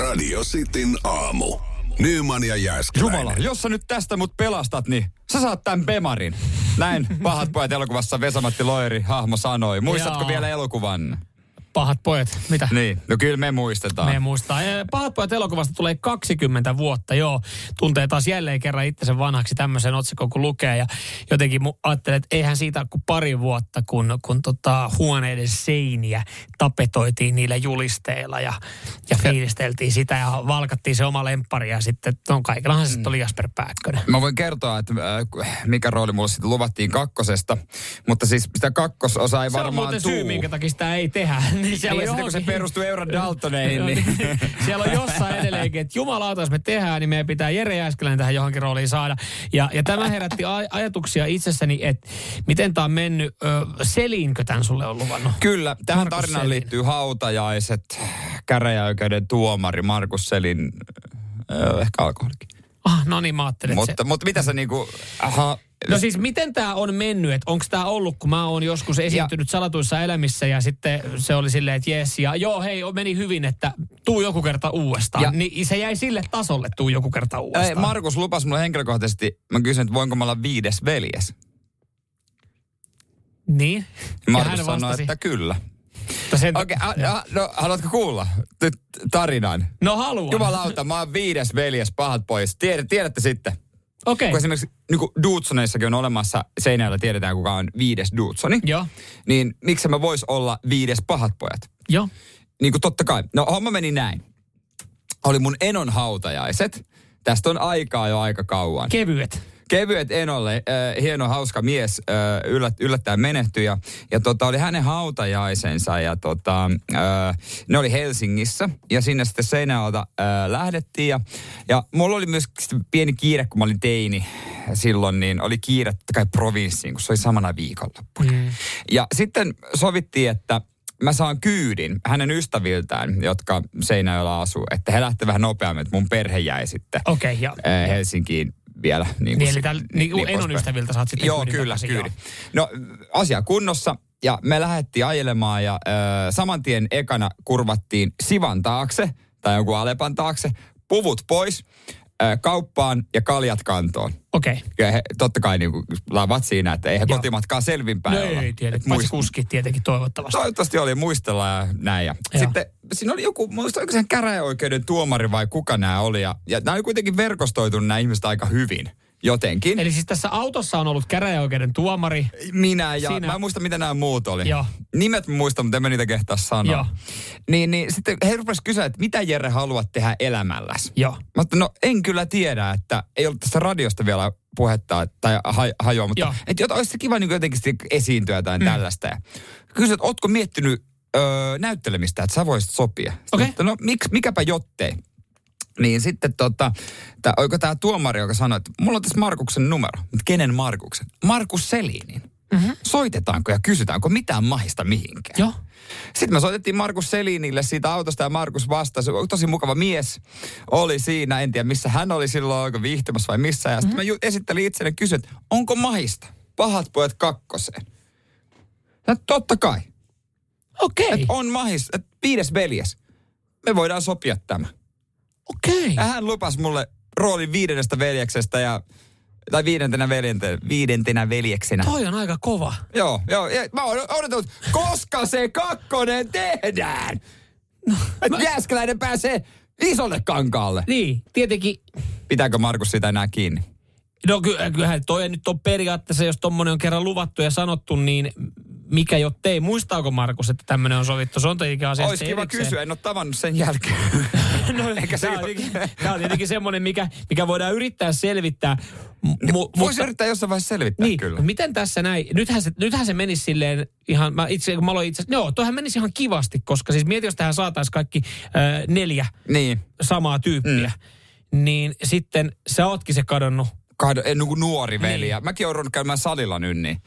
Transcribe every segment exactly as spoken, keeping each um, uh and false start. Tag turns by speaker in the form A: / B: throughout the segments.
A: Radio Cityn aamu. Nyman ja Jääskeläinen.
B: Jumala, jos sä nyt tästä mut pelastat, niin sä saat tän Bemarin. Näin Pahat pojat -elokuvassa Vesa-Matti Loiri hahmo sanoi. Muistatko
C: Jaa.
B: vielä elokuvan?
C: Pahat pojat, mitä?
B: Niin, no kyllä me muistetaan.
C: Me muistaa. Pahat pojat -elokuvasta tulee kaksikymmentä vuotta, joo. Tuntee taas jälleen kerran itsensä vanhaksi tämmöisen otsikon, kun lukee. Ja jotenkin ajattelin, että eihän siitä kuin pari vuotta, kun, kun tota huoneiden seiniä tapetoitiin niillä julisteilla ja, ja fiilisteltiin sitä ja valkattiin se oma lemppari. Ja sitten no kaikellahan se sitten oli Jasper Pääkkönen.
B: Mä voin kertoa, että äh, mikä rooli mulle sitten luvattiin kakkosesta, mutta siis sitä kakkososaa ei
C: se
B: varmaan tuu.
C: Se on muuten syy, minkä takia sitä ei tehdä. Niin
B: siellä niin, on kun se perustuu Eura Daltoneihin. Niin.
C: Siellä on jossain edelleenkin, että jumalauta, jos me tehdään, niin meidän pitää Jere Jääskeläinen tähän johonkin rooliin saada. Ja, ja tämä herätti aj- ajatuksia itsessäni, että miten tämä on mennyt. Ö, Selinkö tämän sulle on luvannut?
B: Kyllä, tähän
C: Markus
B: tarinaan
C: Selin.
B: liittyy hautajaiset, käräjäoikeuden tuomari Markus Selin, ö, ehkä alkoholikin.
C: Ah, no niin, mä ajattelin,
B: Mutta,
C: se...
B: mutta mitä sä niinku, aha.
C: No siis miten tämä on mennyt, että onko tämä ollut, kun mä oon joskus esiintynyt ja... salatuissa elämissä ja sitten se oli silleen, että jes ja joo hei, meni hyvin, että tuu joku kerta uudestaan. Ja... Niin se jäi sille tasolle, tuu joku kerta uudestaan.
B: Ei, Markus lupasi mulle henkilökohtaisesti, mä kysyin, että voinko mä olla viides veljes.
C: Niin.
B: Markus sanoi, että kyllä.
C: Sen...
B: Okei, okay, a, a, no haluatko kuulla Nyt tarinan?
C: No haluan.
B: Jumalauta, mä oon viides veljes, Pahat pojat. Tiedät, tiedätte sitten.
C: Okei. Okay.
B: Kun esimerkiksi niin Dudsoneissakin on olemassa, Seinäjoella tiedetään kuka on viides Dudsoni.
C: Joo.
B: Niin miksi mä vois olla viides Pahat pojat?
C: Joo.
B: Niin kuin totta kai. No homma meni näin. Oli mun enon hautajaiset. Tästä on aikaa jo aika kauan.
C: Kevyet.
B: Kevyet enolle, äh, hieno hauska mies, äh, yllät, yllättäen menehtyi ja, ja tota, oli hänen hautajaisensa ja tota, äh, ne oli Helsingissä ja sinne sitten Seinäjoelta äh, lähdettiin ja, ja mulla oli myös pieni kiire, kun mä olin teini silloin, niin oli kiire totta kai provinssiin, kun se oli samana viikonloppuna. Mm. Ja sitten sovittiin, että mä saan kyydin hänen ystäviltään, jotka Seinäjoella asuu, että he lähtevät vähän nopeammin, että mun perhe jäi sitten
C: okay, ja,
B: äh, Helsinkiin vielä. Niin,
C: niin eli täl, niin, niin enon ystäviltä saat sitten
B: joo,
C: kyydin
B: kyllä,
C: takaisin,
B: kyydin. No asia kunnossa ja me lähdettiin ajelemaan ja äh, saman tien ekana kurvattiin Sivan taakse tai jonkun Alepan taakse, puvut pois, äh, kauppaan ja kaljat kantoon.
C: Okei. Okay.
B: Ja he, totta kai niin lavat siinä, että eihän
C: joo.
B: kotimatkaa selvinpäin
C: no,
B: olla.
C: ei tietenkin, paitsi kuskit tietenkin toivottavasti.
B: Toivottavasti oli muistella ja näin. Ja sitten siinä oli joku, muista oliko sen käräjäoikeuden tuomari vai kuka nämä oli. Ja, ja nämä oli kuitenkin verkostoitunut nämä ihmiset aika hyvin. Jotenkin.
C: Eli siis tässä autossa on ollut käräjäoikeuden tuomari.
B: Minä ja
C: Siinä...
B: mä en muista mitä nämä muut oli.
C: Joo.
B: Nimet mä muistan, mutta en mä niitä kehtaa sanoa.
C: Joo.
B: Niin, niin sitten he rupesivat kysyä, että mitä Jere haluat tehdä elämälläsi?
C: Joo.
B: Mä sanoin, no en kyllä tiedä, että ei ollut tästä radiosta vielä puhetta tai haj- hajoa, mutta
C: Joo.
B: että jota, olisi kiva niin jotenkin esiintyä jotain mm. tällaista. Ja kysyin, että ootko miettinyt öö, näyttelemistä, että sä voisit sopia?
C: Okei.
B: Okay. No miksi, mikäpä jottei? Niin sitten tota, tää, oiko tämä tuomari, joka sanoi, että mulla on tässä Markuksen numero. Mutta kenen Markuksen? Markus Selinin. Mm-hmm. Soitetaanko ja kysytäänkö mitään mahista mihinkään?
C: Joo.
B: Sitten me soitettiin Markus Selinille siitä autosta ja Markus vastasi. Tosi mukava mies oli siinä. En tiedä missä hän oli silloin, oliko viihtymässä vai missä. Ja sitten mm-hmm. mä esittelin itselleni ja kysyin, että onko mahista? Pahat pojat kakkoseen. Ja totta kai.
C: Okei. Okay.
B: Että on mahista. Että viides veljes. Me voidaan sopia tämä.
C: Okei. Okay.
B: Ja hän lupasi mulle roolin viidennestä veljeksestä ja, tai viidentenä, veljente, viidentenä veljeksenä.
C: Toi on aika kova.
B: Joo, joo. Ja mä oon odotellut, koska se kakkonen tehdään. No, että mä... Jääskeläinen pääsee isolle kankaalle.
C: Niin, tietenkin.
B: Pitääkö Markus sitä enää kiinni?
C: No ky- kyllähän toi nyt on periaatteessa, jos tommonen on kerran luvattu ja sanottu, niin mikä jottei. Muistaako Markus, että tämmöinen on sovittu? Se on tietenkin asiasta
B: Olisi kiva
C: erikseen.
B: kysyä, en ole tavannut sen jälkeen.
C: No,
B: Eikä se
C: tämä, on tietenkin, tämä on tietenkin semmoinen, mikä, mikä voidaan yrittää selvittää. M-
B: Voisi
C: mutta,
B: yrittää jossain vaiheessa selvittää
C: niin,
B: kyllä.
C: miten tässä näin? Nythän se, nythän se menisi silleen ihan, mä itse, kun mä aloin itse, joo, toihan menisi ihan kivasti, koska siis mieti, jos tähän saataisiin kaikki äh, neljä
B: niin.
C: samaa tyyppiä, mm. niin sitten sä ootkin se kadonnut.
B: Kahdo, en niin nuori veli. Niin. Mäkin olen ruvennut käymään salilla nynniin.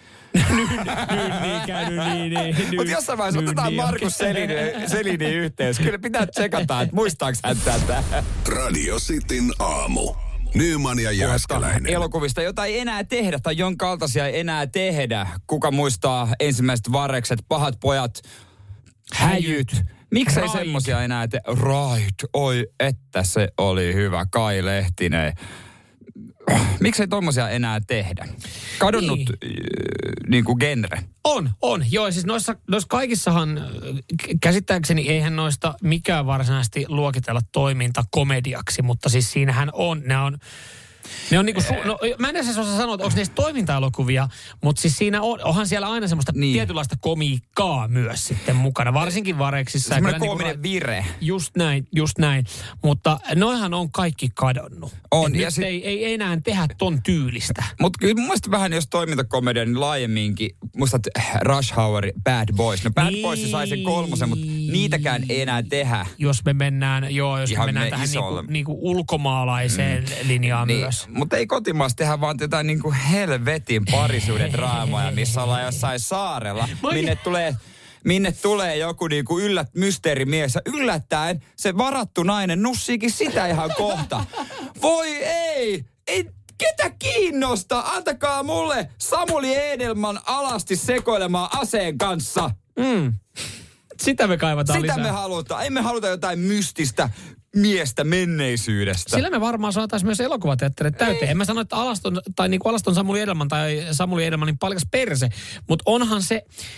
C: Nynniin käynyt, niin, niin.
B: Mutta jossain vaiheessa otetaan Markus Selinin, Selinin yhteys. Kyllä pitää tsekata, että muistaako hän tätä.
A: Radio Cityn aamu. Nyman ja Jääskeläinen.
B: Elokuvista, jota ei enää tehdä tai jonka kaltaisia ei enää tehdä. Kuka muistaa ensimmäiset varrekset, Pahat pojat, Häjyt, Miksei
C: Right.
B: semmosia enää te... Right, oi, että se oli hyvä, Kai Lehtinen. Miksei tommosia enää tehdä? Kadonnut niin. äh, niinku genre.
C: On, on. Joo, siis noissa, noissa kaikissahan, äh, käsittääkseni eihän noista mikään varsinaisesti luokitella toimintakomediaksi, mutta siis siinähän on, ne on... Ne on niinku, su- no, mä en edes osaa sanoa, että onko niistä toiminta-elokuvia, mutta siis siinä on, onhan siellä aina semmoista niin. tietynlaista komiikkaa myös sitten mukana, varsinkin Vareksissa.
B: Semmoinen koominen niinku, vire.
C: Just näin, just näin. Mutta noihan on kaikki kadonnut.
B: On.
C: Ja
B: ja
C: nyt
B: sit,
C: ei, ei enää tehdä ton tyylistä.
B: mutta kyllä mun mielestä vähän jos toimintakomedia, niin laajemminkin, musta Rush Hour, Bad Boys. No Bad niin. Boys sai sen kolmosen, mutta niitäkään ei enää tehdä.
C: Jos me mennään, joo, jos
B: Ihan
C: me mennään
B: me
C: tähän
B: isolle.
C: niinku, niinku ulkomaalaiseen mm. linjaan
B: niin.
C: myös.
B: Mutta ei kotimaassa tehdä vaan jotain niinku helvetin parisuuden draamoja, missä ollaan jossain saarella, minne tulee, minne tulee joku niinku yllät, mysteerimies ja yllättäen se varattu nainen nussiikin sitä ihan kohta. Voi ei! Ei ketä kiinnostaa? Antakaa mulle Samuli Edelman alasti sekoilemaan aseen kanssa.
C: Mm. Sitä me kaivataan
B: Sitä
C: lisää.
B: me halutaan. Emme haluta jotain mystistä miestä menneisyydestä.
C: Sillä me varmaan saataisiin myös elokuvateatterit täyteen. En mä sano, että Alaston, tai niin kuin Alaston Samuli Edelman tai Samuli Edelmanin paljas perse, mutta onhan se,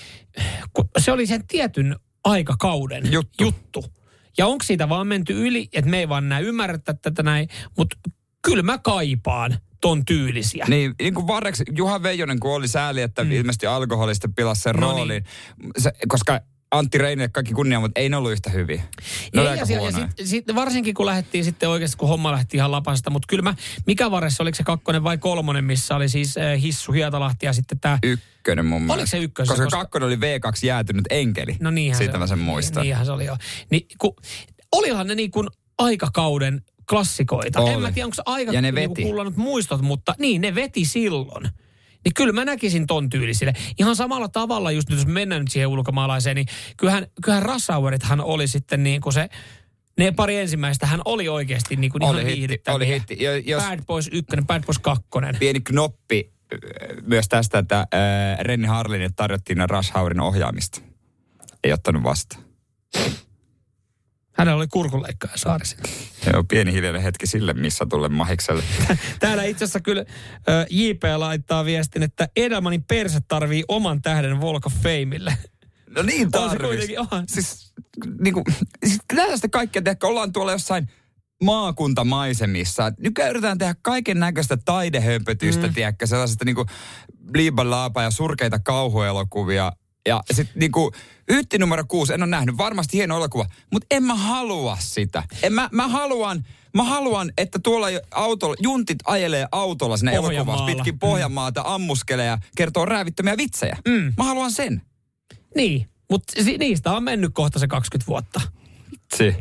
C: se oli sen tietyn aikakauden
B: juttu.
C: juttu. Ja onko siitä vaan menty yli, että me ei vaan näin ymmärretä tätä näin, mutta kyllä mä kaipaan ton tyylisiä.
B: Niin, niin kuin Varreksi, Juha Veijonen, kun oli sääli, että mm. ilmeisesti alkoholista pilasi sen
C: No
B: roolin.
C: niin.
B: Se, koska Antti Reinille kaikki kunnia, mutta ei ne ollut yhtä hyviä. Ne oli
C: Ei,
B: aika
C: ja, ja
B: huonoja.
C: sit, sit, varsinkin kun lähdettiin sitten oikeasti, kun homma lähti ihan lapasta. Mutta kyllä mä, mikä Varressa, oliko se kakkonen vai kolmonen, missä oli siis äh, Hissu Hietalahti ja sitten tämä...
B: Ykkönen mun mielestä.
C: Oliko se ykkösen?
B: Koska,
C: Koska
B: kakkonen oli V kaksi jäätynyt enkeli.
C: No niinhän
B: Siitä
C: se
B: mä sen muistan.
C: Niinhän se oli joo. Niin, kun, olihan ne niin kuin aikakauden klassikoita.
B: Oli.
C: En mä tiedä, onko se aika
B: Ja ne
C: niin
B: veti.
C: kullannut muistot, mutta niin, ne veti silloin. Niin kyllä mä näkisin ton tyylisille. Ihan samalla tavalla, just nyt jos mennään nyt siihen ulkomaalaiseen, niin kyllähän, kyllähän Rush Hourithan oli sitten niin kuin se, ne pari ensimmäistä hän oli oikeasti niin kuin
B: Oli
C: ihan
B: hitti,
C: viihdyttäviä.
B: oli hitti. Jo- jos-
C: Bad Boys ykkönen, Bad Boys kakkonen.
B: Pieni knoppi äh, myös tästä, että äh, Renni Harlinille tarjottiin Rush Hourin ohjaamista. Ei ottanut vastaan.
C: Hänellä oli kurkunleikkaaja Saarisen.
B: Joo, pieni hiljainen hetki sille, missä tulle Mahikselle.
C: Täällä itse asiassa kyllä äh, J P laittaa viestin, että Edelmanin perse tarvii oman tähden Walk of Fameille.
B: No niin
C: On se
B: tarvis.
C: kuitenkin, on.
B: Siis, niinku, siis tällaista kaikkea tehdä, ollaan tuolla jossain maakuntamaisemissa. Nyt yritetään tehdä kaiken näköistä taidehömpötystä, mm. tiedäkö, sellaisesta niinku bliibalaapa ja surkeita kauhuelokuvia. Ja sitten niinku, Ytti numero kuusi, en ole nähnyt, varmasti hieno elokuva, mutta en mä halua sitä. En mä, mä haluan... Mä haluan, että tuolla autolla, juntit ajelee autolla sinne elokuvassa pitkin Pohjanmaata, mm. ammuskelee ja kertoo räävittömiä vitsejä. Mm. Mä haluan sen.
C: Niin, mutta si- niistä on mennyt kohta se kaksikymmentä vuotta.
B: Si.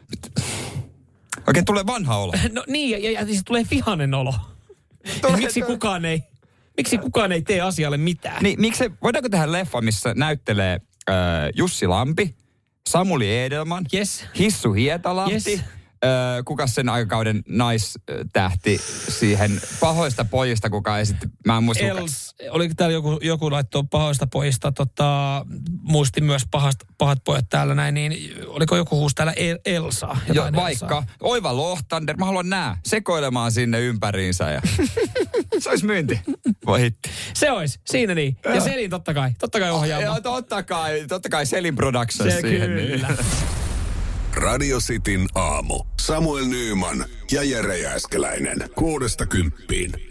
B: Oikein tulee vanha olo.
C: No niin, ja, ja, ja siis tulee vihainen olo.
B: Tulee,
C: miksi,
B: tulee.
C: kukaan ei, miksi kukaan ei tee asialle mitään?
B: Niin, miksi, voidaanko tehdä leffa, missä näyttelee äh, Jussi Lampi, Samuli Edelman,
C: Yes.
B: Hissu Hietalahti,
C: Yes.
B: Öö, kuka sen aikakauden naistähti siihen pahoista pojista, kuka esitti, mä en muista.
C: Els, oliko täällä joku, joku laittoi pahoista pojista, tota, muisti myös pahast, pahat pojat täällä näin, niin oliko joku huusi täällä El, Elsaa?
B: Jo, vaikka. Oiva Lohtander, mä haluan nää sekoilemaan sinne ympäriinsä ja se olisi myynti. Voi hitti.
C: Se olisi, siinä niin. Ja
B: Joo.
C: Selin totta kai, totta kai ohjaamaan.
B: Joo, totta kai, totta kai Selin Productions
C: Se
B: siihen.
C: kyllä.
B: Niin.
A: Radio Cityn aamu. Samuel Nyyman ja Jere Jääskeläinen. Kuudesta kymppiin.